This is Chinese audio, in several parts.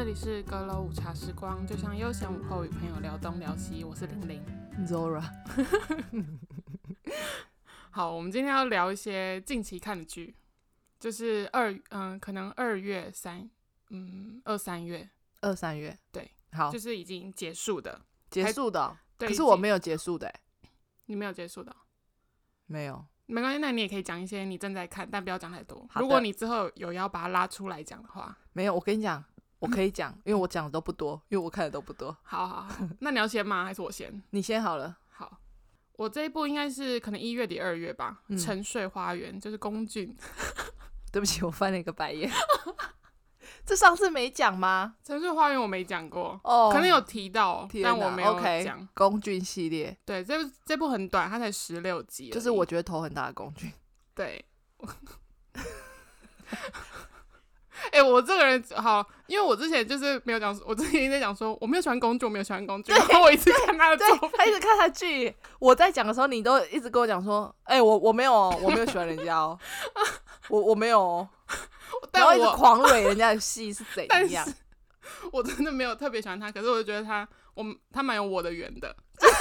这里是阁楼午茶时光，就像悠闲午后与朋友聊东聊西，我是玲玲 Zora 好，我们今天要聊一些近期看的剧，就是可能23月 23月对， 好， 就是已经结束的哦， 对， 可是我没有结束的你没有结束的没有， 没关系，那你也可以讲一些你正在看，但不要讲太多。 好的， 如果你之后有要把它拉出来讲的话， 没有，我跟你讲，我可以讲，因为我讲的都不多，因为我看的都不多。 好，那你要先吗？还是我先？ 你先好了。 好，我这一部应该是可能1月底2月吧，沉睡花园就是龚俊。 对不起，我翻了一个白眼。这上次没讲吗？ 沉睡花园我没讲过，可能有提到，但我没有讲。 龚俊系列， 对，这部很短，它才16集， 就是我觉得头很大的龚俊。 对。我这个人好，因为我之前就是没有讲，我之前一直在讲说我没有喜欢公主，我没有喜欢公主，然后我一直看他的作品， 他一直看他剧。我在讲的时候，你都一直跟我讲说，我没有哦，我没有喜欢人家哦，我没有哦，然后一直狂蕊人家的戏是怎样？ 我真的没有特别喜欢他，可是我就觉得他蛮有我的缘的。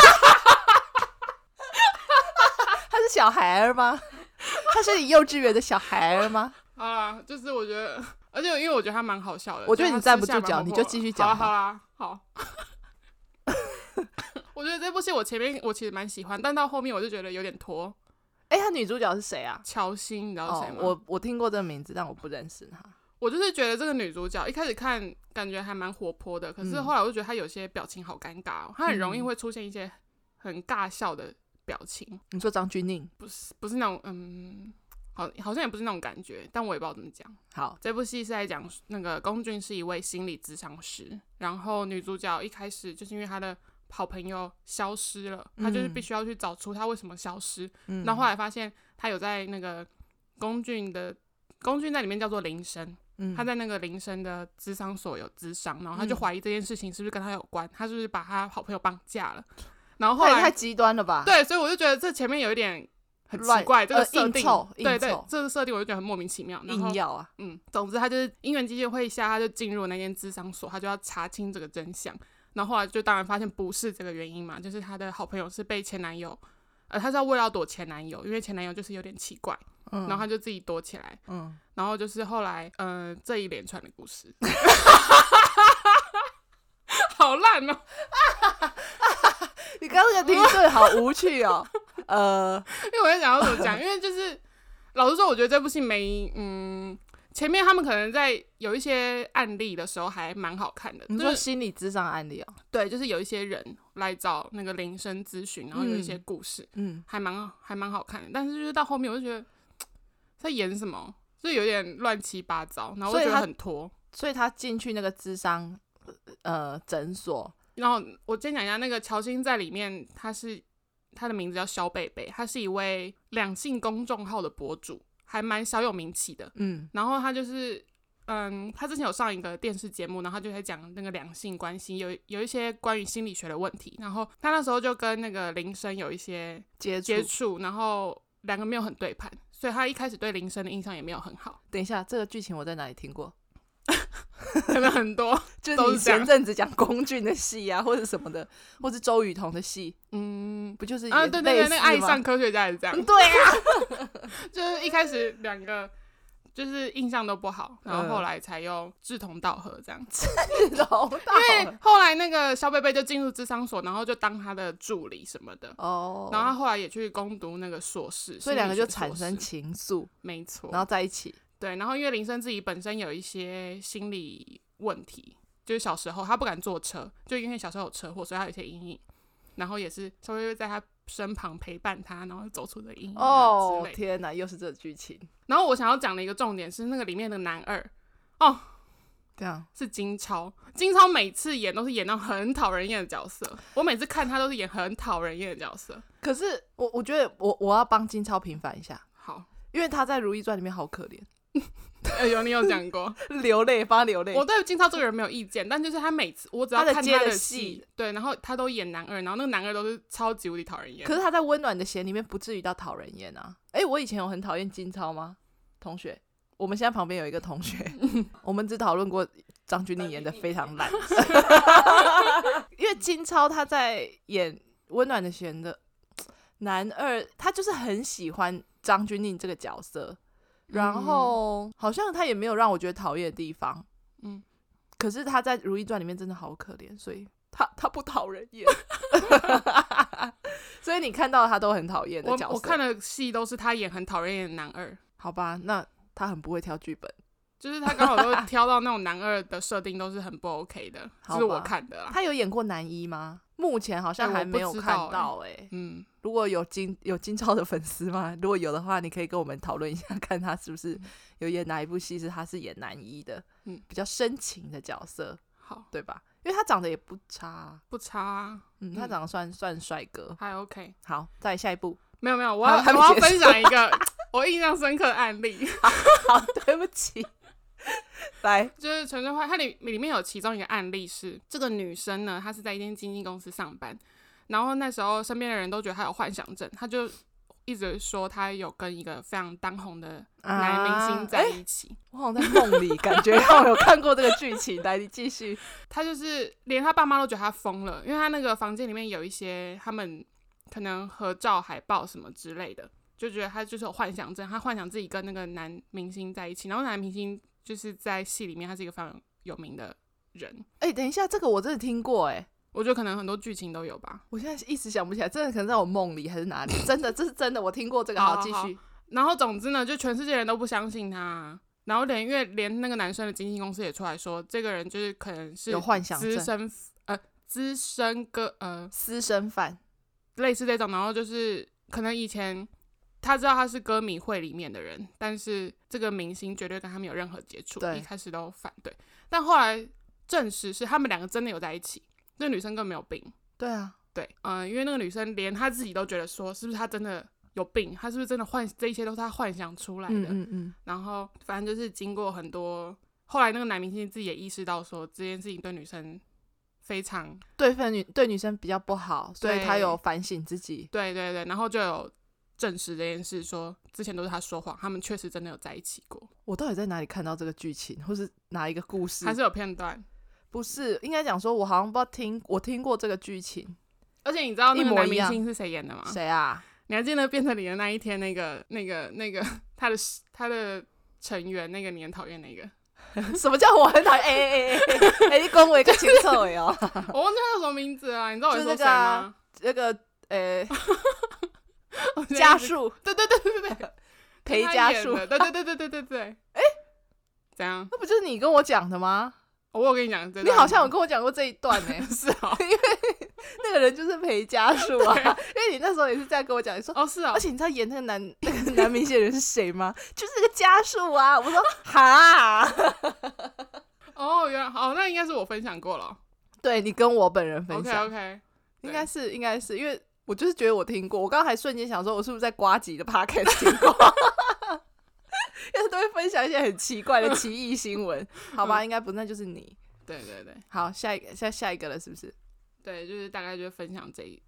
他是小孩儿吗？他是你幼稚园的小孩儿吗？ 好啦，就是我觉得，而且因为我觉得他蛮好笑的， 我觉得你站不住脚，你就继续讲。 好啦，好。我觉得这部戏我前面我其实蛮喜欢，但到后面我就觉得有点拖。 他女主角是谁啊？ 乔欣，你知道谁吗？ 我听过这个名字，但我不认识她。 我就是觉得这个女主角一开始看感觉还蛮活泼的，可是后来我就觉得她有些表情好尴尬哦，她很容易会出现一些很尬笑的表情。 你说张钧甯？ 不是那种好像也不是那种感觉，但我也不知道怎么讲。 好， 这部戏是在讲那个龚俊是一位心理咨商师，然后女主角一开始就是因为她的好朋友消失了，她就是必须要去找出她为什么消失。然后后来发现她有在那个龚俊在里面叫做林生，他在那个林生的咨商所有咨商，然后他就怀疑这件事情是不是跟他有关，他是不是把他好朋友绑架了。然后后来太极端了吧？ 对，所以我就觉得这前面有一点很奇怪，这个设定，对，这个设定我就觉得很莫名其妙。 硬要啊， 总之他就是因缘机会下，他就进入那间咨商所，他就要查清这个真相。然后后来就当然发现不是这个原因嘛，就是他的好朋友是被前男友，他是要为了要躲前男友，因为前男友就是有点奇怪，然后他就自己躲起来，然后就是后来这一连串的故事。好烂哦！ 你刚刚那个停顿好无趣哦。 因为我在想要怎么讲，因为就是老实说，我觉得这部戏前面他们可能在有一些案例的时候还蛮好看的。 你说心理咨商案例哦？ 对，就是有一些人来找那个林生咨询，然后有一些故事，还蛮好看的。但是就是到后面我就觉得在演什么，就有点乱七八糟，然后我就觉得很拖。 所以他进去那个咨商诊所， 然后我先讲一下那个乔欣在里面，他的名字叫萧贝贝，他是一位两性公众号的博主，还蛮小有名气的。然后他就是他之前有上一个电视节目，然后他就在讲那个两性关系有一些关于心理学的问题，然后他那时候就跟那个林生有一些接触，然后两个没有很对盘，所以他一开始对林生的印象也没有很好。 等一下，这个剧情我在哪里听过？ 可能很多， 就是你前阵子讲龚俊的戏啊，或者什么的，或是周雨彤的戏，不就是也类似吗？ 对，那个爱上科学家也是这样。 对啊， 就是一开始两个就是印象都不好，然后后来才又志同道合这样。 志同道合， 因为后来那个萧贝贝就进入咨商所，然后就当他的助理什么的。然后他后来也去攻读那个硕士， 所以两个就产生情愫， 没错， 然后在一起。 对，然后因为林生自己本身有一些心理问题，就是小时候他不敢坐车，就因为小时候有车祸，所以他有一些阴影，然后也是稍微在他身旁陪伴他，然后走出的阴影之类的。 天哪，又是这个剧情。 然后我想要讲的一个重点是那个里面的男二这样是金超。金超每次演都是演到很讨人厌的角色，我每次看他都是演很讨人厌的角色。 可是我觉得我要帮金超平反一下， 好， 因为他在《如懿传》里面好可怜。 你有讲过流泪，帮他流泪。 我对金超这个人没有意见，但就是他每次我只要看他的戏，对，然后他都演男二，然后那个男二都是超级无敌讨人厌。 可是他在《温暖的弦》里面不至于到讨人厌啊。我以前有很讨厌金超吗？同学，我们现在旁边有一个同学，我们只讨论过张钧甯演的非常烂。因为金超他在演《温暖的弦》的男二，他就是很喜欢张钧甯这个角色，然后好像他也没有让我觉得讨厌的地方。可是他在《如懿传》里面真的好可怜，所以他不讨人厌。所以你看到他都很讨厌的角色。 我看的戏都是他演很讨人厌的男二。 好吧，那他很不会挑剧本， 就是他刚好都挑到那种男二的设定都是很不 OK 的，这是我看的啦。 他有演过男一吗？目前好像还没有看到如果有金超的粉丝吗？如果有的话，你可以跟我们讨论一下，看他是不是有演哪一部戏是他是演男一的，比较深情的角色， 好， 对吧？因为他长得也不差， 不差， 他长得算帅哥， 还 OK。 好，再下一步。 没有，我要分享一个我印象深刻的案例。 好，对不起。来， 就是陈春花，它里面有其中一个案例是，这个女生呢，她是在一间经纪公司上班，然后那时候身边的人都觉得她有幻想症，她就一直说她有跟一个非常当红的男明星在一起。 我好像在梦里感觉我有看过这个剧情。来，你继续。 她就是连她爸妈都觉得她疯了，因为她那个房间里面有一些他们可能合照、海报什么之类的，就觉得她就是有幻想症，她幻想自己跟那个男明星在一起，然后男明星就是在戏里面他是一个非常有名的人。 等一下，这个我真的听过我觉得可能很多剧情都有吧。 我现在一时想不起来，真的可能在我梦里还是哪里。真的，这是真的，我听过这个。好，继续。 然后总之呢，就全世界人都不相信他，然后因为连那个男生的经纪公司也出来说，这个人就是可能是有幻想症， 资深私生饭， 类似这种。然后就是可能以前他知道他是歌迷会里面的人，但是这个明星绝对跟他没有任何接触，一开始都反对，但后来证实是他们两个真的有在一起，那女生根本没有病。 对啊， 对，因为那个女生连她自己都觉得说，是不是她真的有病？她是不是真的这一切都是她幻想出来的？然后反正就是经过很多，后来那个男明星自己也意识到说，这件事情对女生非常对女生比较不好，所以他有反省自己。 对，然后就有证实这件事，说之前都是他说谎，他们确实真的有在一起过。 我到底在哪里看到这个剧情，或是哪一个故事？ 还是有片段？ 不是，应该讲说，我好像不知道我听过这个剧情。 而且你知道那个男明星是谁演的吗？ 谁啊？ 你还记得变成你的那一天那个他的成员那个你很讨厌那个？ 什么叫我很讨厌？你跟我一个清楚哦。 我忘记他叫什么名字啊？你知道我说谁吗？ 那个家树， 对， 裴家树， 对，怎样？ 那不就是你跟我讲的吗？ 我有跟你讲， 你好像有跟我讲过这一段是哦， 因为那个人就是裴家树啊，因为你那时候也是这样跟我讲，你说是哦， 而且你知道演那个男明星的人是谁吗？就是那个家树啊。我说哈， 原来那应该是我分享过了， 对你跟我本人分享 ，OK， 应该是，因为我就是觉得我听过，我刚刚还瞬间想说，我是不是在呱吉的 podcast 听过？因为都会分享一些很奇怪的奇异新闻，好吧？应该不，那就是你。 对， 好，下一个了，是不是？ 对，就是大概就分享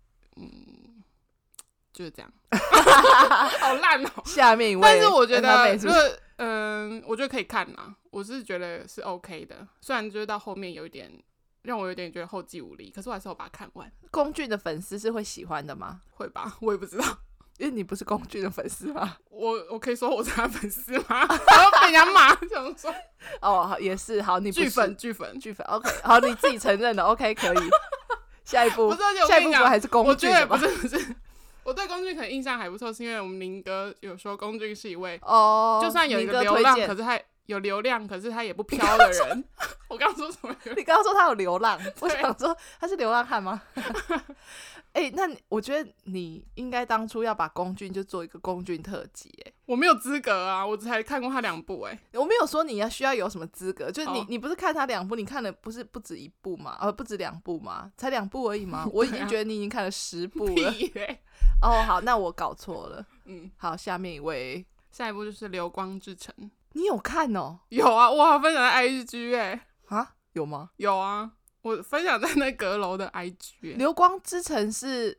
就是这样。好烂哦！ 下面一位， 但是我觉得，我觉得可以看啦，我是觉得是 OK 的，虽然就是到后面有一点让我有点觉得后继无力，可是我还是有把它看完。 龚俊的粉丝是会喜欢的吗？ 会吧，我也不知道。 因为你不是龚俊的粉丝吗？ 我可以说我是他粉丝吗？然后被人家骂，想说也是好，你不是剧粉 ，OK， 好，你自己承认了 ，OK， 可以。下一步， 不是， 下一步还是龚俊的吧？ 我觉得不是，我对龚俊可能印象还不错，是因为我们林哥有说龚俊是一位就算有一个流浪，可是他有流量，可是他也不飘的人。我刚刚说什么？ 你刚刚说他有流浪，我想说他是流浪汉吗？那我觉得你应该当初要把龚俊就做一个龚俊特辑。 我没有资格啊，我才看过他2部。 我没有说你需要有什么资格，就是你不是看他2部，你看的不止1部吗？不止2部吗？才2部而已吗？我已经觉得你已经看了10部了。好，那我搞错了。好，下面一位， 下一部就是《流光之城》， 你有看哦？ 有啊，我还分享在 IG 有吗？ 有啊。我分享在那阁楼的 IG。 流光之城是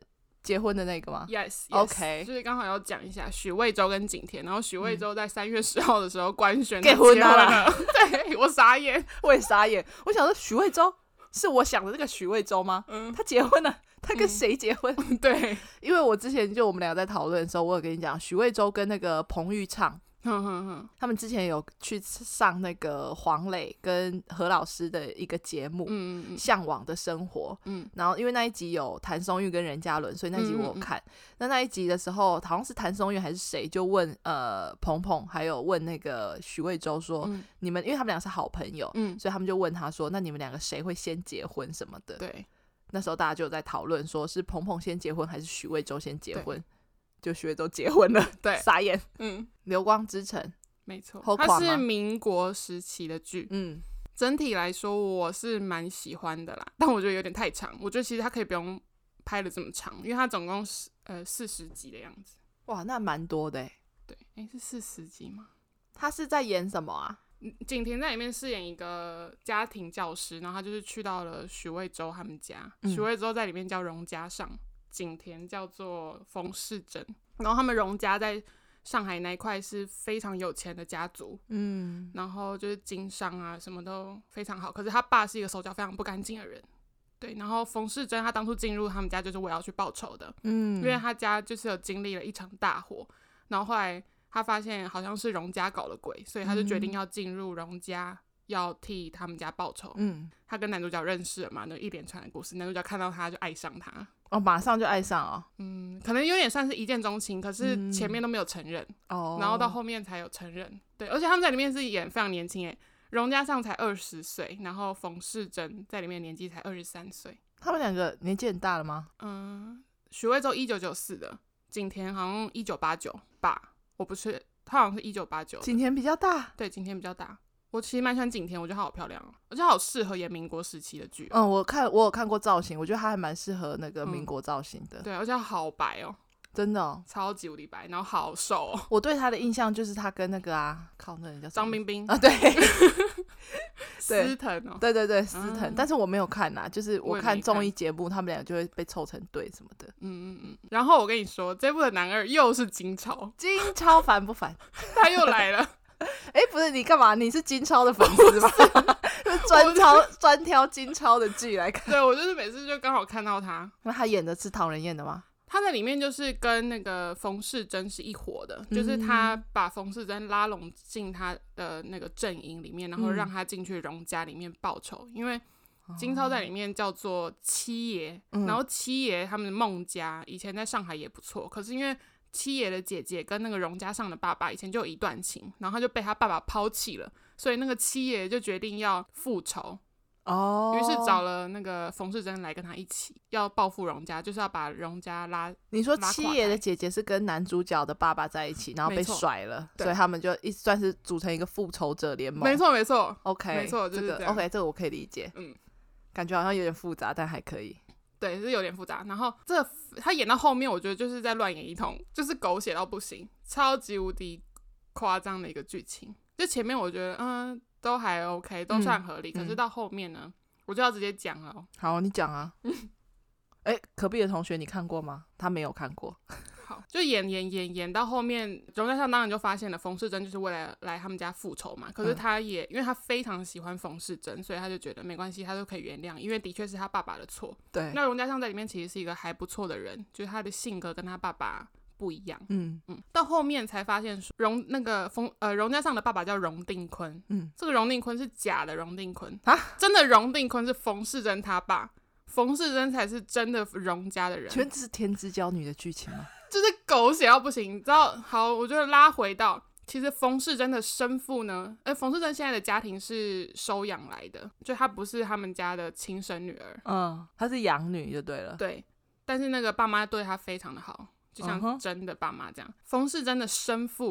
结婚的那个吗 ？Yes， OK 就是刚好要讲一下许魏洲跟景甜，然后许魏洲在3月10号的时候官宣结婚了， 对我傻眼， 我也傻眼，我想说许魏洲是我想的那个许魏洲吗？他结婚了，他跟谁结婚？ 对， 因为我之前就我们两个在讨论的时候，我有跟你讲，许魏洲跟那个彭昱畅。他们之前有去上那个黄磊跟何老师的一个节目，向往的生活，然后因为那一集有谭松韵跟任嘉伦，所以那一集我有看。那一集的时候，好像是谭松韵还是谁就问鹏鹏，还有问那个许魏洲说，你们因为他们俩是好朋友，所以他们就问他说，那你们两个谁会先结婚什么的？ 对， 那时候大家就有在讨论说是鹏鹏先结婚还是许魏洲先结婚。就许魏洲结婚了， 对， 傻眼。流光之城， 没错，它是民国时期的剧。整体来说我是蛮喜欢的啦，但我觉得有点太长。我觉得其实它可以不用拍的这么长，因为它总共是40集的样子。 哇，那蛮多的。 对，是40集吗？ 他是在演什么啊？ 景甜在里面饰演一个家庭教师，然后他就是去到了许魏洲他们家。许魏洲在里面叫荣家尚，景甜叫做冯世珍，然后他们荣家在上海那一块是非常有钱的家族，然后就是经商啊什么都非常好，可是他爸是一个手脚非常不干净的人，对，然后冯世珍他当初进入他们家就是为了要去报仇的，因为他家就是有经历了一场大火，然后后来他发现好像是荣家搞了鬼，所以他就决定要进入荣家，要替他们家报仇。他跟男主角认识了嘛，那一连串的故事，男主角看到他就爱上他。 马上就爱上哦。 可能有点算是一见钟情，可是前面都没有承认，然后到后面才有承认。对，而且他们在里面是演非常年轻耶，荣家尚才20岁，然后冯世珍在里面年纪才23岁。 他们两个年纪很大了吗？ 许魏洲1994的，景甜好像1989吧，我不是，他好像是1989。 景甜比较大。 对，景甜比较大。我其实蛮喜欢景甜，我觉得她好漂亮哦，而且好适合演民国时期的剧。 我有看过造型，我觉得她还蛮适合那个民国造型的。 对，而且她好白哦， 真的哦， 超级无敌白，然后好瘦哦。 我对她的印象就是她跟那个靠那人叫张彬彬啊，对， 司藤哦， 对对对，司藤，但是我没有看啦，就是我看综艺节目，他们俩就会被凑成对什么的。 然后我跟你说，这部的男二又是金超， 金超烦不烦？ 他又来了。 不是，你干嘛？你是金超的粉丝吗？专挑金超的剧来看。 对，我就是每次就刚好看到他。 那他演的是讨人厌的吗？ 他在里面就是跟那个冯世珍是一伙的，就是他把冯世珍拉拢进他的那个阵营里面，然后让他进去荣家里面报仇。因为金超在里面叫做七爷，然后七爷他们的孟家以前在上海也不错，可是因为七爷的姐姐跟那个荣家尚的爸爸以前就有一段情，然后他就被他爸爸抛弃了，所以那个七爷就决定要复仇。于是找了那个冯世珍来跟他一起要报复荣家，就是要把荣家拉。 你说七爷的姐姐是跟男主角的爸爸在一起，然后被甩了，所以他们就算是组成一个复仇者联盟。 没错没错 ，OK， 没错，就是这样。 OK， 这个我可以理解。感觉好像有点复杂，但还可以。 对，是有点复杂。然后他演到后面，我觉得就是在乱演一通，就是狗血到不行，超级无敌夸张的一个剧情。就前面我觉得都还 OK， 都算合理，可是到后面呢，我就要直接讲了。 好，你讲啊。隔壁的同学你看过吗？他没有看过。 好，就演到后面，荣家尚当然就发现了冯世珍就是为了来他们家复仇嘛。可是他也因为他非常喜欢冯世珍，所以他就觉得没关系，他都可以原谅，因为的确是他爸爸的错。 对。 那荣家尚在里面其实是一个还不错的人，就是他的性格跟他爸爸不一样。到后面才发现荣家尚的爸爸叫荣定坤。这个荣定坤是假的荣定坤啊，真的荣定坤是冯世珍他爸，冯世珍才是真的荣家的人。 全是天之娇女的剧情吗？ 就是狗血到不行，你知道？好，我觉得拉回到，其实冯世珍的生父呢，冯世珍现在的家庭是收养来的，就她不是他们家的亲生女儿， 她是养女就对了。 对，但是那个爸妈对她非常的好，就像真的爸妈这样。冯世珍的生父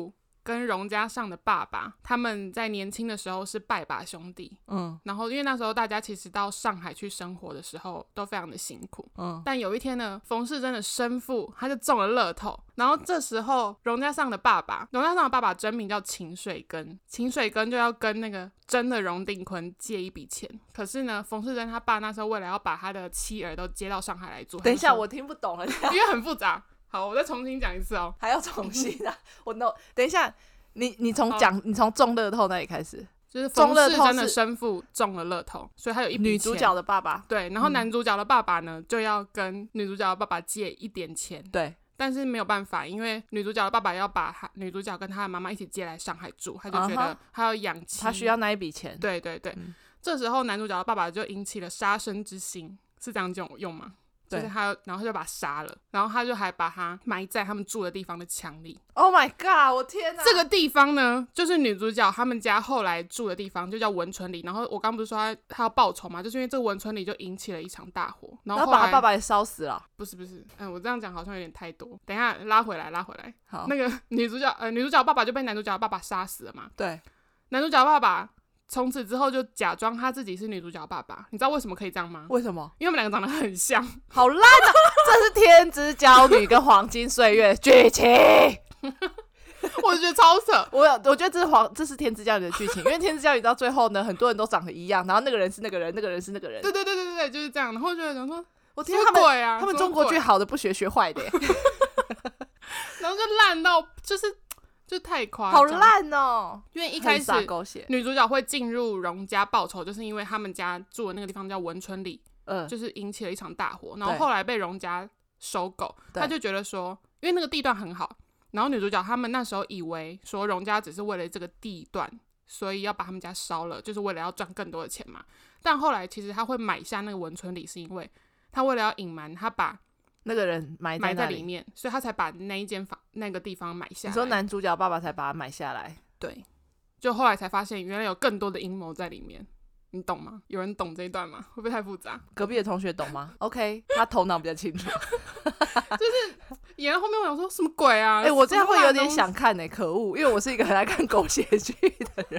跟荣家上的爸爸他们在年轻的时候是拜把兄弟，然后因为那时候大家其实到上海去生活的时候都非常的辛苦，但有一天呢，冯世珍的生父他就中了乐透，然后这时候荣家上的爸爸真名叫秦水根，秦水根就要跟那个真的荣定坤借一笔钱，可是呢，冯世珍他爸那时候为了要把他的妻儿都接到上海来住， 等一下我听不懂了， 因为很复杂。好，我再重新讲一次哦。 还要重新啊？等一下，你从中乐透那里开始， 就是冯世珍的生父中了乐透，所以他有一笔钱。 女主角的爸爸对，然后男主角的爸爸呢，就要跟女主角的爸爸借一点钱。 对， 但是没有办法，因为女主角的爸爸要把女主角跟她的妈妈一起接来上海住，他就觉得他要养妻， 他需要那一笔钱。 对对对，这时候男主角的爸爸就引起了杀身之心，是这样用吗？就是他，然后他就把他杀了，然后他就还把他埋在他们住的地方的墙里。 Oh my god！ 我天哪！ 这个地方呢，就是女主角他们家后来住的地方，就叫文春里。然后我刚不是说他要报仇嘛，就是因为这个文春里就引起了一场大火，然后把他爸爸也烧死了。 不是，我这样讲好像有点太多。等一下拉回来。 好， 那个女主角爸爸就被男主角的爸爸杀死了嘛。 对， 男主角爸爸从此之后就假装他自己是女主角爸爸，你知道为什么可以这样吗？ 为什么？ 因为他们两个长得很像。 好烂啊！这是天之娇女跟黄金岁月剧情。 我觉得超扯。 我觉得这是天之娇女的剧情，因为天之娇女到最后呢，很多人都长得一样，然后那个人是那个人，那个人是那个人。 对，就是这样。然后就想说， 我天，他们中国剧好的不学坏的耶。 然后就烂到就太夸张， 好烂哦！ 因为一开始女主角会进入荣家报仇，就是因为他们家住的那个地方叫文春里，就是引起了一场大火，然后后来被荣家收购，他就觉得说，因为那个地段很好，然后女主角他们那时候以为说荣家只是为了这个地段，所以要把他们家烧了，就是为了要赚更多的钱嘛。但后来其实他会买下那个文春里，是因为他为了要隐瞒，他把那个人埋在里面，所以他才把那一间房那个地方买下来。 你说男主角爸爸才把它买下来？ 对，就后来才发现原来有更多的阴谋在里面，你懂吗？有人懂这一段吗？会不会太复杂？ 隔壁的同学懂吗？OK， 他头脑比较清楚。 就是演到后面我想说什么鬼啊？ 我这样会有点想看可恶，因为我是一个很爱看狗血剧的人。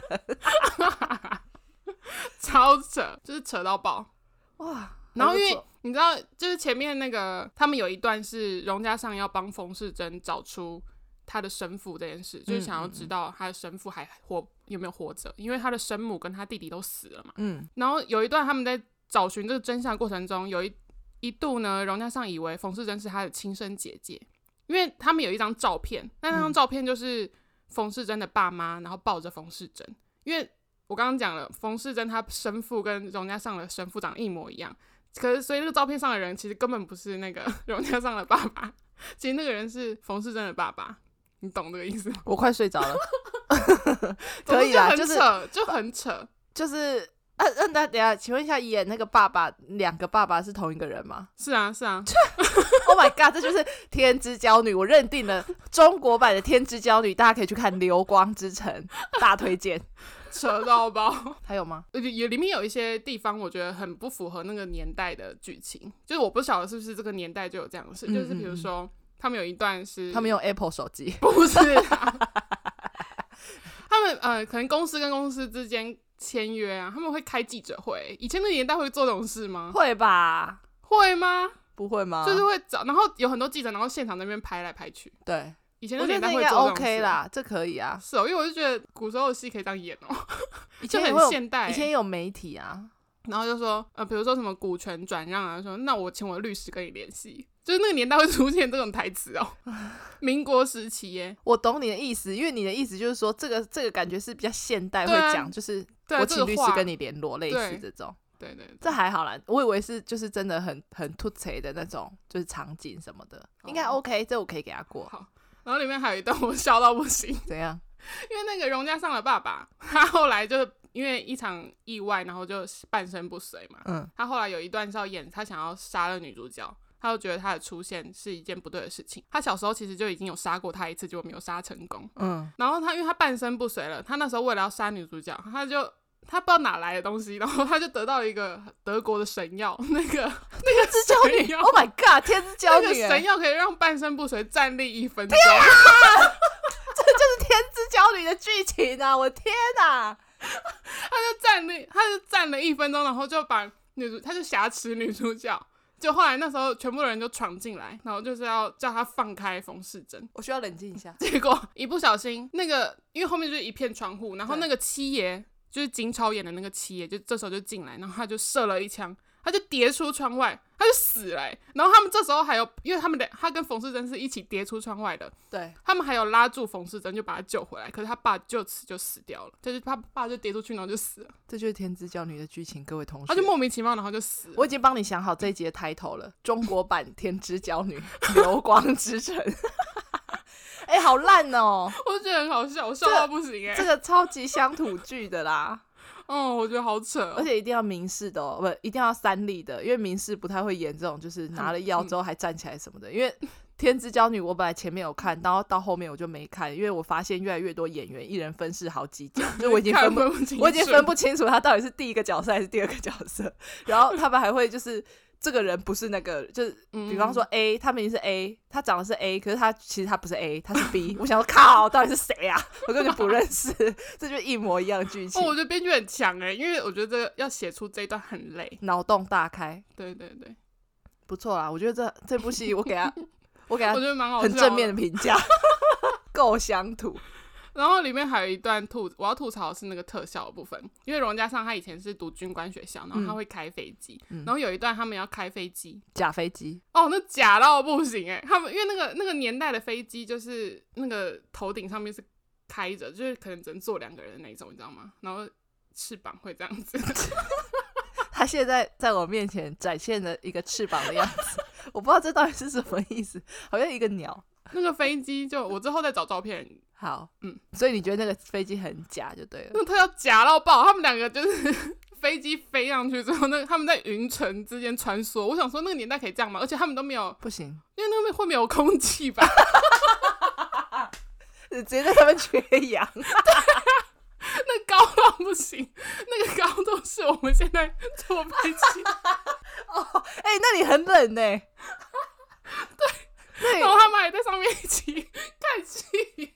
超扯，就是扯到爆哇！ 然后因为你知道，就是前面那个他们有一段是荣家上要帮冯世珍找出他的生父这件事，就是想要知道他的生父还有没有活着，因为他的生母跟他弟弟都死了嘛。然后有一段他们在找寻这个真相的过程中，有一度呢，荣家上以为冯世珍是他的亲生姐姐，因为他们有一张照片，那张照片就是冯世珍的爸妈，然后抱着冯世珍，因为我刚刚讲了，冯世珍他生父跟荣家上的生父长得一模一样。可是，所以那个照片上的人其实根本不是那个荣家上的爸爸，其实那个人是冯世珍的爸爸，你懂这个意思吗？ 我快睡着了。可以啦， 就很扯， 就是等一下，请问一下，演那个爸爸，两个爸爸是同一个人吗？ 是啊。 Oh my god， 这就是天之娇女，我认定了中国版的天之娇女，大家可以去看《流光之城》，大推荐。 扯到爆。 还有吗？ 里面有一些地方我觉得很不符合那个年代的剧情，就是我不晓得是不是这个年代就有这样的事，就是比如说他们有一段是他们用 Apple 手机， 不是他们可能公司跟公司之间签约啊，他们会开记者会，以前那个年代会做这种事吗？ 会吧？ 会吗？ 不会吗？ 就是会找，然后有很多记者，然后现场那边拍来拍去。 对， 以前那年代会做这种事，我觉得这应该 OK 事啦，这可以啊。 是因为我就觉得古时候的戏可以这样演以前就很现代。 以前有媒体啊， 然后就说比如说什么股权转让啊，说那我请我的律师跟你联系，就是那个年代会出现这种台词哦。民国时期耶， 我懂你的意思，因为你的意思就是说这个感觉是比较现代会讲，就是我请律师跟你联络，类似这种。 对， 这还好啦，我以为是就是真的很突切的那种，就是场景什么的，应该 OK， 这我可以给他过。 好，然后里面还有一段我笑到不行， 怎样？ 因为那个荣家上的爸爸，他后来就因为一场意外，然后就半身不遂嘛。他后来有一段是要演他想要杀了女主角，他就觉得他的出现是一件不对的事情。他小时候其实就已经有杀过他一次，结果没有杀成功。然后他因为他半身不遂了，他那时候为了要杀女主角，他不知道哪来的东西，然后他就得到了一个德国的神药，那个天之娇女 ，Oh my god， 天之娇女， 那个神药可以让半身不遂站立1分钟。 天啊，这就是天之娇女的剧情啊！我天哪！ 他就站了1分钟，然后就把他就挟持女主角。就后来那时候全部的人就闯进来，然后就是要叫他放开冯世珍。 我需要冷静一下。 结果一不小心，那个因为后面就是一片窗户，然后那个七爷就是金超演的那个七爷，就这时候就进来，然后他就射了一枪，他就跌出窗外，他就死了然后他们这时候还有，因为他跟冯世珍是一起跌出窗外的， 对， 他们还有拉住冯世珍就把他救回来，可是他爸就此就死掉了，就是他爸就跌出去然后就死了。这就是天之娇女的剧情，各位同学。 他就莫名其妙然后就死了。 我已经帮你想好这一集的 title 了，中国版天之娇女流光之城。好烂哦！ 我觉得很好笑，我笑到不行这个超级乡土剧的啦。 我觉得好扯而且一定要明示的不一定要3立的，因为明示不太会演这种就是拿了药之后还站起来什么的。因为天之娇女我本来前面有看，然后到后面我就没看，因为我发现越来越多演员一人分饰好几角，就我已经分不清楚他到底是第一个角色还是第二个角色。然后他们还会就是这个人不是那个，就是比方说 A， 他明明是 A， 他长得是 A， 可是其实他不是 A， 他是 B。我想说靠，到底是谁啊？我根本就不认识，这就一模一样的剧情。 我觉得编剧很强因为我觉得这个要写出这一段很累， 脑洞大开。 对对对， 不错啦，我觉得这部戏我给他我觉得蛮好笑的， 很正面的评价，够乡土。 然后里面还有一段我要吐槽的是那个特效的部分，因为荣家尚他以前是读军官学校，然后他会开飞机，然后有一段他们要开飞机， 假飞机那假到不行他们因为那个年代的飞机就是那个头顶上面是开着，就是可能只能坐2个人的那种，你知道吗？然后翅膀会这样子。 他现在在我面前展现了一个翅膀的样子，我不知道这到底是什么意思，好像一个鸟。 那个飞机就我之后再找照片。 好，所以你觉得那个飞机很假就对了。 那个特效假到爆，他们2个就是飞机飞上去之后，他们在云层之间穿梭。我想说那个年代可以这样吗？而且他们都没有， 不行， 因为那边会没有空气吧？ 直接在他们缺氧。 那高到不行，那个高度是我们现在坐飞机。 那你很冷呢。 对，然后他们还在上面一起看戏。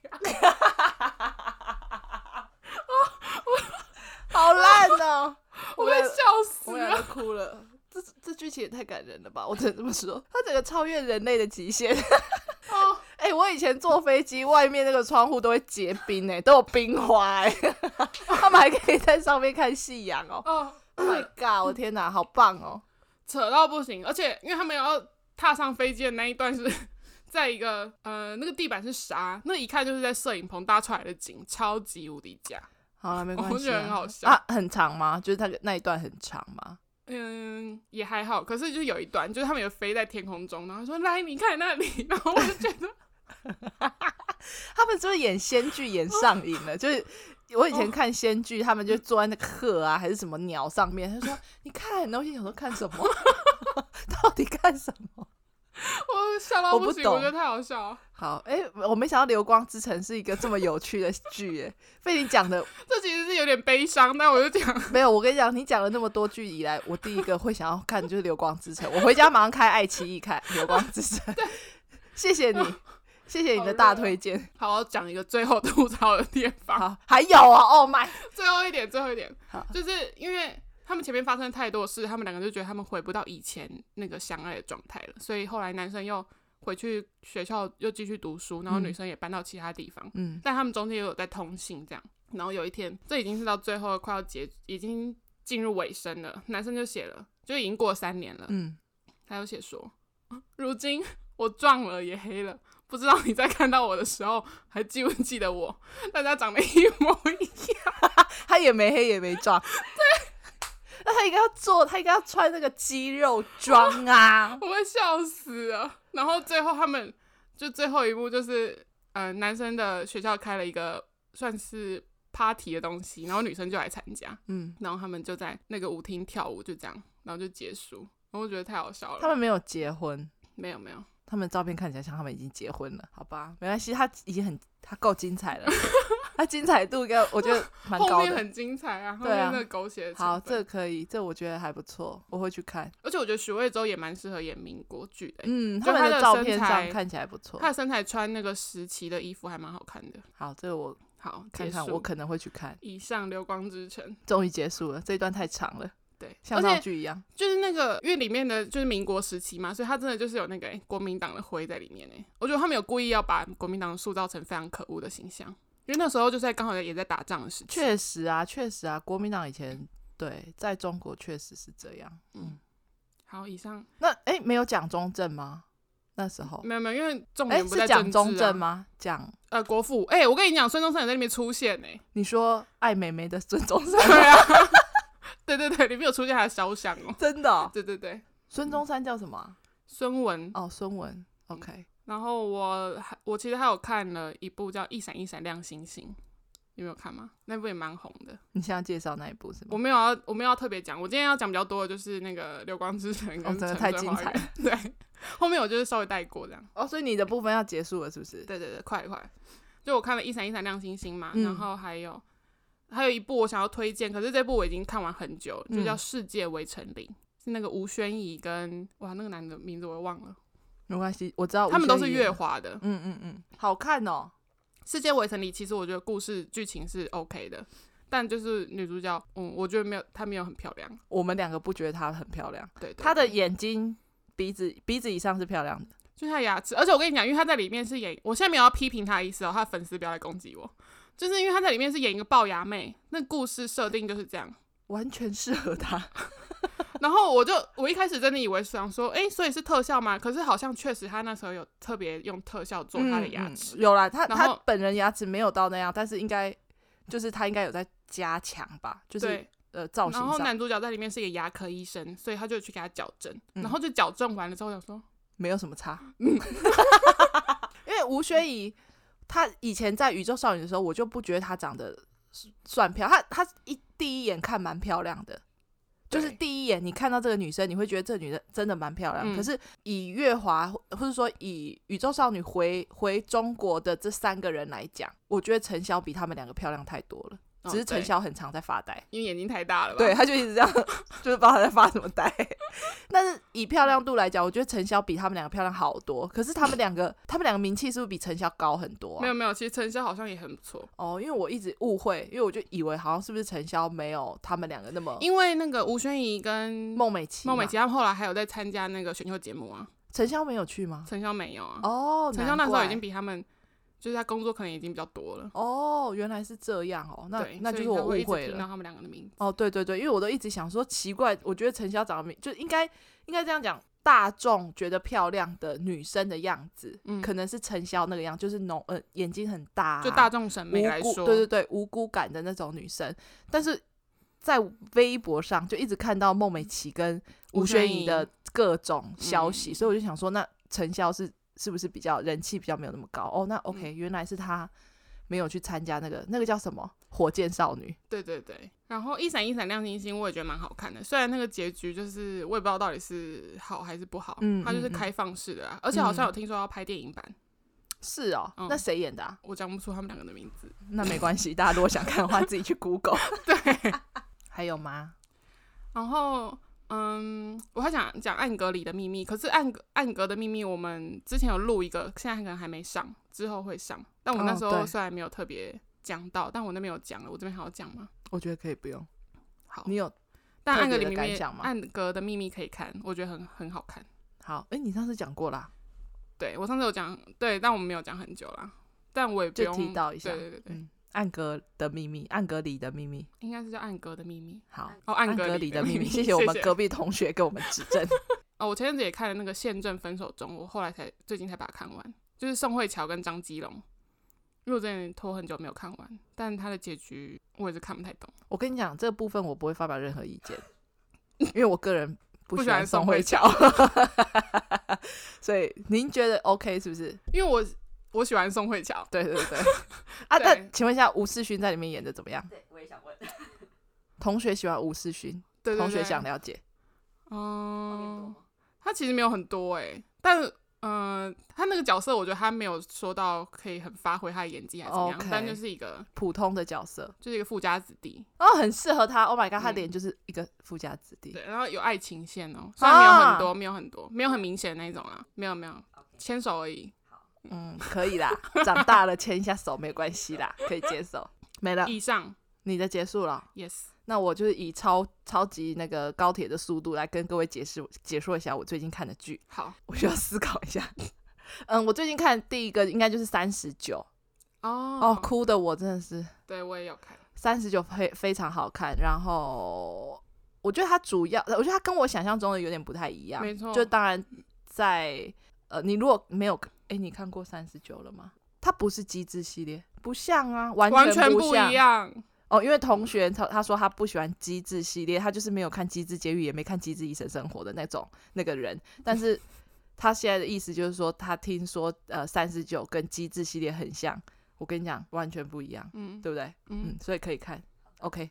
好烂哦！ 我被笑死了， 我哭了。这剧情也太感人了吧！我只能这么说，它整个超越人类的极限。我以前坐飞机，外面那个窗户都会结冰都有冰花他们还可以在上面看夕阳Oh my god！ 我天哪，好棒哦！ 扯到不行，而且因为他们要踏上飞机的那一段是在一个那个地板是沙，那一看就是在摄影棚搭出来的景，超级无敌假。 好了，没关系， 我觉得很好笑很长吗？就是他那一段很长吗？ 也还好，可是就有一段就是他们有飞在天空中，然后说来你看那里，然后我就觉得他们是不是演仙剧演上瘾了？就是我以前看仙剧，他们就坐在那个鹤啊还是什么鸟上面，他说你看，然后我想说看什么？到底看什么？ 我笑到不行，我觉得太好笑了。 好，我没想到《流光之城》是一个这么有趣的剧被你讲的， 这其实是有点悲伤，但我就讲没有。我跟你讲，你讲了那么多剧以来，我第一个会想要看的就是《流光之城》，我回家马上开爱奇艺看《流光之城》。谢谢你，谢谢你的大推荐。 好，我讲一个最后吐槽的地方。 好，还有啊，Oh my！ 最后一点，就是因为他们前面发生太多事，他们2个就觉得他们回不到以前那个相爱的状态了，所以后来男生又回去学校又继续读书，然后女生也搬到其他地方，但他们中间又有在通信这样。然后有一天，这已经是到最后快要已经进入尾声了，男生就写了，就已经过了3年了，他有写说，如今我壮了也黑了，不知道你在看到我的时候还记不记得我？大家长得一模一样。 他也没黑也没壮。对。那他应该要穿那个肌肉装啊！ 我会笑死了。然后最后他们就最后一幕就是男生的学校开了一个算是 party 的东西，然后女生就来参加，然后他们就在那个舞厅跳舞，就这样，然后就结束。然后我觉得太好笑了。 他们没有结婚？ 没有。 他们照片看起来像他们已经结婚了，好吧，没关系，他够精彩了。他精彩度我觉得蛮高的， 后面很精彩啊，后面那个狗血的成分。 好，这个可以，这我觉得还不错，我会去看。 而且我觉得许魏洲也蛮适合演民国剧的， 他们的照片上看起来不错， 他的身材穿那个时期的衣服还蛮好看的。 好，这个好， 看看我可能会去看。 以上流光之城终于结束了，这一段太长了。 对， 像闹剧一样， 就是那个，因为里面的就是民国时期嘛，所以他真的就是有那个国民党的灰在里面哎，我觉得他们有故意要把国民党塑造成非常可恶的形象，因为那时候就是刚好也在打仗的时期。 确实啊，国民党以前对在中国确实是这样。 好，以上那没有蒋中正吗？那时候没有，因为重点不在是蒋政治中正吗？ 国父我跟你讲，孙中山也在那边出现你说爱美眉的孙中山？ 对啊。对，里面有出现他的肖像真的对， 孙中山叫什么？ 孙文孙文 OK。 然后我其实还有看了一部叫《一闪一闪亮星星》，你有没有看吗？那部也蛮红的。 你现在介绍那一部是吗？ 我没有要特别讲，我今天要讲比较多的就是那个《流光之城》跟真的太精彩了。 对，后面我就是稍微带过这样。 所以你的部分要结束了是不是？ 对，快，就我看了《一闪一闪亮星星》嘛，然后还有一部我想要推荐，可是这部我已经看完很久了，就叫《世界围城令》，是那个吴宣仪跟那个男的名字我忘了， 没关系，我知道他们都是乐华的。 好看哦。 世界围城令其实我觉得故事剧情是 OK 的，但就是女主角，我觉得她没有很漂亮。 我们两个不觉得她很漂亮。 对， 她的眼睛、鼻子以上是漂亮的， 就是她的牙齿。而且我跟你讲，因为她在里面是演，我现在没有要批评她的意思她的粉丝不要来攻击我。就是因为她在里面是演一个龅牙妹，那故事设定就是这样， 完全适合她。 然后我一开始真的以为想说，所以是特效吗？可是好像确实她那时候有特别用特效做她的牙齿。 有啦，她本人牙齿没有到那样，但是应该就是她应该有在加强吧，就是造型上。 然后男主角在里面是一个牙科医生，所以他就去给他矫正，然后就矫正完了之后想说没有什么差。因为吴宣仪她以前在宇宙少女的时候，我就不觉得她长得算漂亮，她第一眼看蛮漂亮的。就是第一眼你看到这个女生，你会觉得这个女生真的蛮漂亮。可是以乐华或者说以宇宙少女回中国的这3个人来讲，我觉得陈晓比他们2个漂亮太多了。只是陈晓很常在发呆， 因为眼睛太大了吧？ 对，他就一直这样，就是不知道他在发什么呆。但是以漂亮度来讲，我觉得陈晓比他们2个漂亮好多。可是他们两个名气是不是比陈晓高很多没有，其实陈晓好像也很不错。 因为我一直误会，因为我就以为好像是不是陈晓没有他们2个那么， 因为那个吴宣仪跟孟美岐他们后来还有在参加那个选秀节目啊。 陈晓没有去吗？ 陈晓没有啊。 陈晓那时候已经比他们。就是他工作可能已经比较多了。 原来是这样那就是我误会了。 一直听到他们2个的名字。 对，因为我都一直想说奇怪，我觉得陈晓长得就应该这样讲，大众觉得漂亮的女生的样子，可能是陈晓那个样，就是眼睛很大， 就大众审美来说， 对，无辜感的那种女生。但是在微博上就一直看到孟美岐跟吴宣仪的各种消息，所以我就想说，那陈晓是不是比较人气比较没有那么高？那 OK，原来是他没有去参加那个叫什么火箭少女。 对，然后一闪一闪亮星星我也觉得蛮好看的，虽然那个结局就是我也不知道到底是好还是不好。它就是开放式的而且好像有听说要拍电影版。 是那谁演的我讲不出他们2个的名字。 那没关系，大家如果想看的话自己去 Google。 对。 还有吗？ 然后我还想讲暗格里的秘密，可是暗格的秘密我们之前有录一个，现在可能还没上，之后会上。但我那时候虽然没有特别讲到，但我那边有讲了，我这边还要讲吗？ 我觉得可以不用。 好， 你有但暗格里面暗格的秘密可以看，我觉得很好看。 好，你上次讲过啦。 对，我上次有讲，对，但我们没有讲很久啦，但我也不用就提到一下。 对。 暗格的秘密，暗格里的秘密， 应该是叫暗格的秘密。 好， 暗格里的秘密。谢谢我们隔壁同学给我们指正。 我前阵子也看了那个《宪政分手中》，我后来最近才把它看完，就是宋慧乔跟张基龙。因为我之前拖很久没有看完，但他的结局我也是看不太懂。 我跟你讲，这个部分我不会发表任何意见，因为我个人不喜欢宋慧乔。所以您觉得 OK 是不是？ 因为我喜欢宋慧乔。 对。但请问一下，吴世勋在里面演的怎么样？ 对，我也想问。 同学喜欢吴世勋， 对， 同学想了解。 他其实没有很多但他那个角色我觉得他没有说到可以很发挥他的演技还是怎么样，但就是一个普通的角色， 就是一个富家子弟。 很适合他。Oh my god，他脸就是一个富家子弟。 对，然后有爱情线虽然没有很多，没有很明显的那种啦，没有牵手而已。 可以啦，长大了牵一下手没关系啦，可以接受。没了， 以上你的结束了。 ，yes。 那我就是以超级那个高铁的速度来跟各位解说一下我最近看的剧。 好， 我需要思考一下。我最近看第一个应该就是39。哦，哭的我真的是， 对我也有看 39非常好看。然后我觉得它主要，我觉得它跟我想象中的有点不太一样。 没错， 就当然在你如果没有你看过39了吗？它不是机智系列，不像啊，完全不一样。 因为同学他说他不喜欢机智系列，他就是没有看机智监狱，也没看机智医生生活的那个人。但是他现在的意思就是说，他听说39跟机智系列很像。我跟你讲，完全不一样，对不对？所以可以看。OK，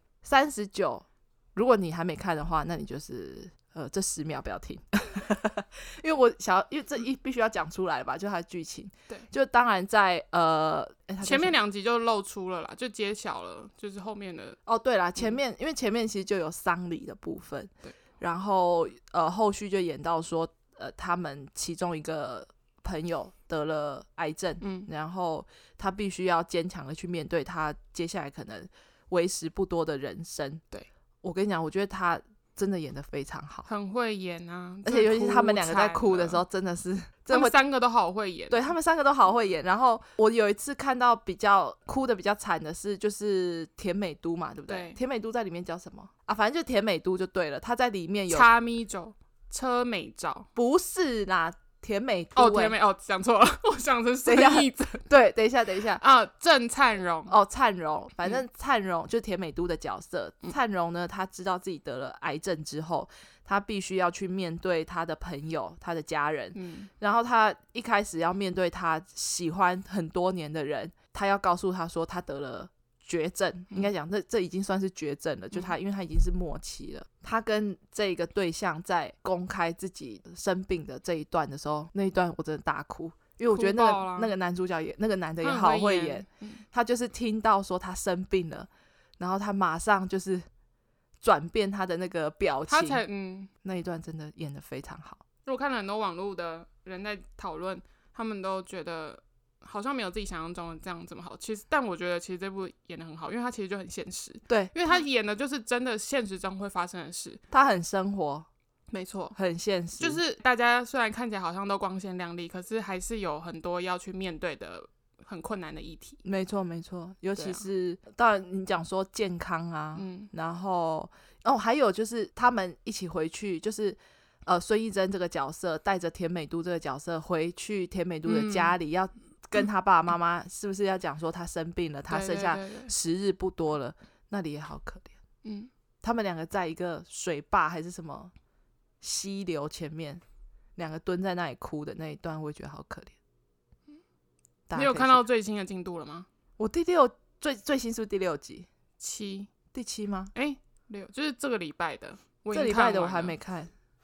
39，如果你还没看的话，那你就是这10秒不要听，因为因为这必须要讲出来吧，就它的剧情。 对， 就当然在前面2集就露出了啦，就揭晓了，就是后面的。 对啦，因为前面其实就有丧礼的部分， 对， 然后后续就演到说他们其中一个朋友得了癌症，然后他必须要坚强的去面对他接下来可能为时不多的人生。 对， 我跟你讲，我觉得他真的演得非常好， 很会演啊， 而且尤其是他们2个在哭的时候，真的是他们3个都好会演。 对，他们3个都好会演。然后我有一次看到哭的比较惨的是，就是田美都嘛，对不对？田美都在里面叫什么啊？反正就是田美都就对了，他在里面有叉咪走车美照， 不是啦。田美都田美讲错了，我想成孙艺珍。 对，等一下啊，郑灿荣灿荣，反正灿荣就是田美都的角色。灿荣呢，他知道自己得了癌症之后，他必须要去面对他的朋友、他的家人。然后他一开始要面对他喜欢很多年的人，他要告诉他说他得了绝症，应该讲这已经算是绝症了，就因为他已经是末期了。他跟这个对象在公开自己生病的这一段的时候，那一段我真的大哭，因为我觉得那个男主角那个男的也好会演。他就是听到说他生病了，然后他马上就是转变他的那个表情，那一段真的演得非常好。 我看了很多网络的人在讨论，他们都觉得好像没有自己想象中的这样这么好。但我觉得其实这部演得很好，因为他其实就很现实。 对， 因为他演的就是真的现实中会发生的事， 他很生活， 没错， 很现实。 就是大家虽然看起来好像都光鲜亮丽，可是还是有很多要去面对的很困难的议题。 没错，尤其是当然你讲说健康啊，然后还有就是他们一起回去，就是孙艺珍这个角色带着田美都这个角色回去田美都的家里，要跟他爸爸妈妈是不是要讲说他生病了，他剩下时日不多了，那里也好可怜。他们2个在一个水坝还是什么溪流前面，2个蹲在那里哭的那一段，我也觉得好可怜。 你有看到最新的进度了吗？ 我第6最新是不是第6集 ？7， 第7吗 ？6就是这个礼拜的， 这礼拜的我还没看。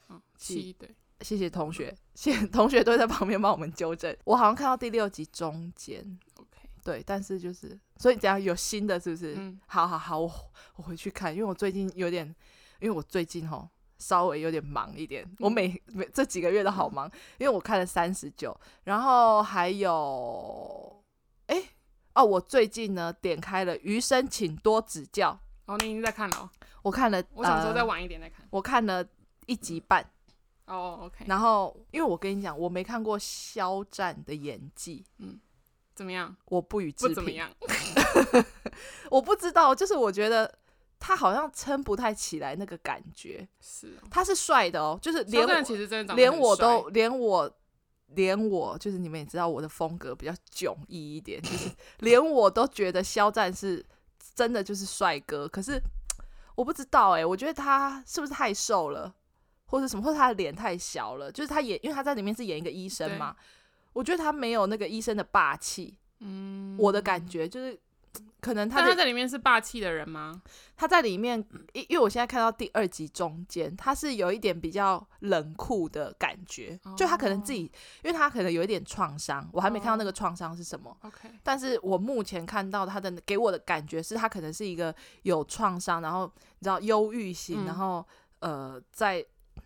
7，对。 谢谢同学，同学都在旁边帮我们纠正。我好像看到第6集中间 ，OK， 对，但是就是所以只要有新的，是不是？好，我回去看，因为我最近稍微有点忙一点，我每这几个月都好忙，因为我看了39，然后还有我最近呢点开了《余生请多指教》。 你已经在看了我看了， 我想说再晚一点再看。 我看了1集半。 OK。 然后，因为我跟你讲，我没看过肖战的演技， 怎么样？ 我不予置评。 不怎么样， 我不知道，就是我觉得他好像撑不太起来那个感觉。他是帅的就是肖战其实真的长得连我就是你们也知道我的风格比较迥异一点，就是连我都觉得肖战是真的就是帅哥，可是我不知道我觉得他是不是太瘦了？或者什么，或者他的脸太小了，就是因为他在里面是演一个医生嘛，我觉得他没有那个医生的霸气。我的感觉就是可能但他在里面是霸气的人吗？ 他在里面，因为我现在看到第2集中间，他是有一点比较冷酷的感觉，就他可能自己，因为他可能有一点创伤，我还没看到那个创伤是什么。但是我目前看到他的给我的感觉是他可能是一个有创伤，然后你知道忧郁型，然后在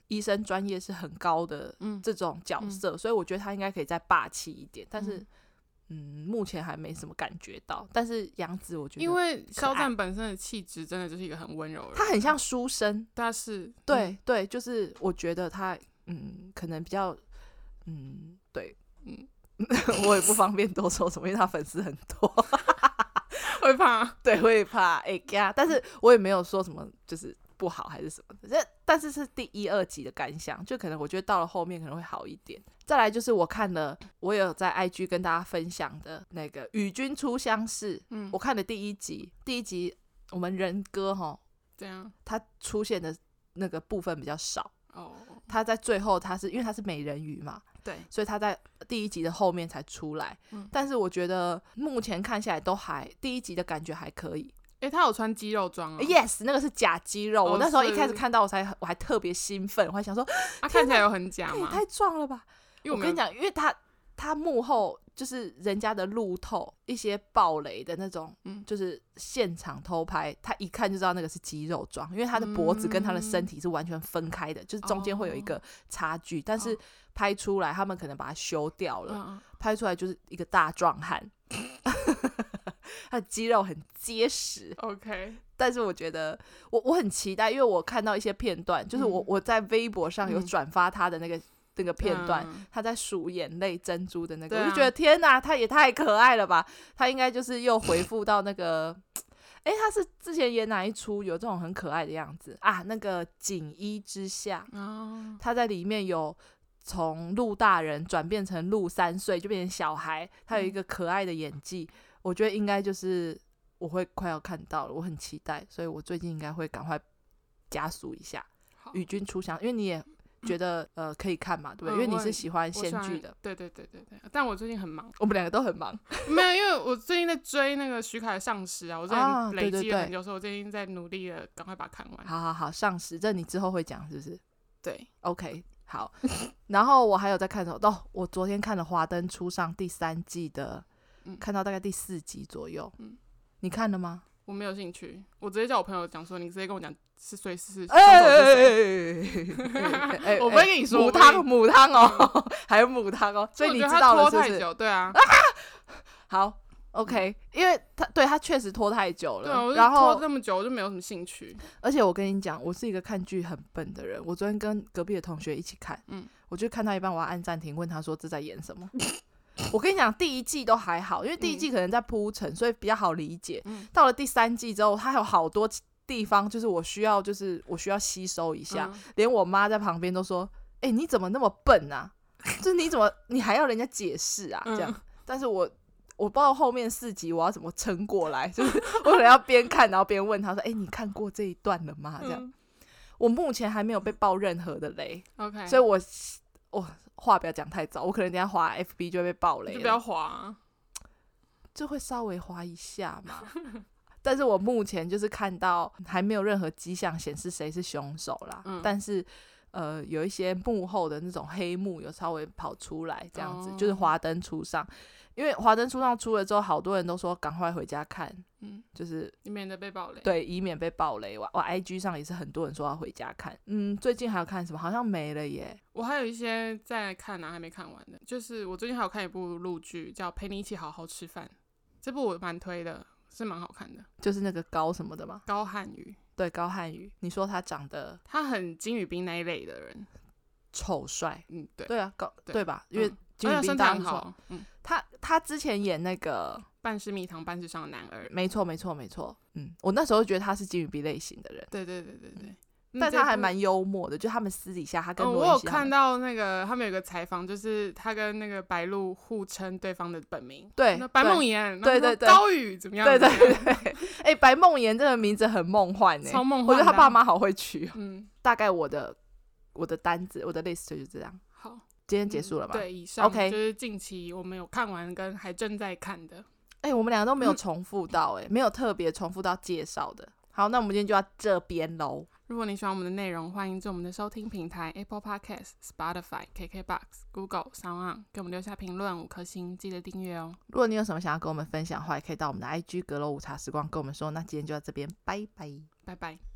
医生专业是很高的这种角色，所以我觉得他应该可以再霸气一点，但是目前还没什么感觉到。但是杨紫我觉得因为肖战本身的气质真的就是一个很温柔的人， 他很像书生， 他是对对，就是我觉得他可能比较对我也不方便多说什么，因为他粉丝很多会怕， 对，会怕但是我也没有说什么就是不好还是什么的，但是是第1、2集的感想，就可能我觉得到了后面可能会好一点。再来就是我看了，我有在 IG 跟大家分享的那个《与君初相识》，我看了第一集我们仁哥这样他出现的那个部分比较少他在最后因为他是美人鱼嘛， 对， 所以他在第一集的后面才出来，但是我觉得目前看下来都第一集的感觉还可以。 他有穿肌肉装 Yes， 那个是假肌肉，我那时候一开始看到我还特别兴奋，我还想说看起来有很假吗？ 也太壮了吧。我跟你讲，因为他幕后就是人家的路透一些暴雷的那种，就是现场偷拍，他一看就知道那个是肌肉装，因为他的脖子跟他的身体是完全分开的，就是中间会有一个差距，但是拍出来他们可能把它修掉了，拍出来就是一个大壮汉他的肌肉很结实 OK， 但是我觉得我很期待，因为我看到一些片段，就是我在微博上有转发他的那个片段，他在数眼泪珍珠的那个，我就觉得天哪，他也太可爱了吧！他应该就是又回复到那个，他是之前演哪一出有这种很可爱的样子啊？那个《锦衣之下》他在里面有从陆大人转变成陆3岁，就变成小孩，他有一个可爱的演技，我觉得应该就是我会快要看到了，我很期待，所以我最近应该会赶快加速一下《与君初相》，因为你也觉得可以看嘛，对不对？因为你是喜欢仙剧的。 对，但我最近很忙， 我们两个都很忙。 没有，因为我最近在追那个徐凯的丧尸啊，我最近累积了很久，所以我最近在努力的赶快把它看完。 好，丧尸这你之后会讲是不是？ 对 ，OK， 好。然后我还有在看什么？我昨天看了《华灯初上》第3季的，看到大概第4集左右。你看了吗？ 我没有兴趣，我直接叫我朋友讲说，你直接跟我讲是谁是凶手是谁。我不会跟你说母汤哦，还有母汤哦，所以你知道了是不是？ 拖太久，对啊。 好 ，OK， 因为他确实拖太久了， 对， 然后拖那么久我就没有什么兴趣。 而且我跟你讲，我是一个看剧很笨的人，我昨天跟隔壁的同学一起看，我就看到一半，我要按暂停，问他说这在演什么。我跟你讲，第1季都还好，因为第1季可能在铺陈，所以比较好理解。到了第3季之后，它有好多地方，就是我需要吸收一下。连我妈在旁边都说：“你怎么那么笨啊？就是你还要人家解释啊？”这样。但是我不知道后面4集我要怎么撑过来，就是我可能要边看然后边问他说：“你看过这一段了吗？”这样。我目前还没有被爆任何的雷 ，OK， 所以我话不要讲太早，我可能等一下滑 FB 就会被爆雷了， 就不要滑就会稍微滑一下嘛。但是我目前就是看到还没有任何迹象显示谁是凶手啦，但是有一些幕后的那种黑幕有稍微跑出来，这样子，就是华灯初上。因为华灯初上出了之后，好多人都说赶快回家看，就是以免被爆雷。 对，以免被爆雷。我 IG 上也是很多人说要回家看。最近还有看什么？好像没了耶。 我还有一些在看还没看完的，就是我最近还有看一部陆剧叫《陪你一起好好吃饭》，这部我蛮推的，是蛮好看的。 就是那个高什么的吗？ 高瀚宇。对， 高瀚宇。你说他长得， 他很金宇彬那一类的人， 丑帅。 对啊， 对吧？因为金宇彬当然好。 他之前演那个半是蜜糖半是伤的男儿， 没错。我那时候觉得他是金宇彬类型的人。 对。 但他还蛮幽默的，就他们私底下他跟我有看到那个他们有个采访，就是他跟那个白鹿互称对方的本名， 对， 白梦妍， 对， 高宇怎么样？ 对，白梦妍这个名字很梦幻超梦幻， 我觉得他爸妈好会取。大概我的单子，我的 list 就这样。 好， 今天结束了吧？ 对，以上 OK， 就是近期我们有看完跟还正在看的。 我们两个都没有重复到，没有特别重复到介绍的。好，那我们今天就到这边喽。 如果你喜欢我们的内容，欢迎至我们的收听平台 Apple Podcast、Spotify、KKBox、Google、SoundOn 给我们留下评论5颗星，记得订阅哦。 如果你有什么想要跟我们分享的话，也可以到我们的 IG 阁楼午茶时光跟我们说。那今天就到这边，拜拜， 拜拜。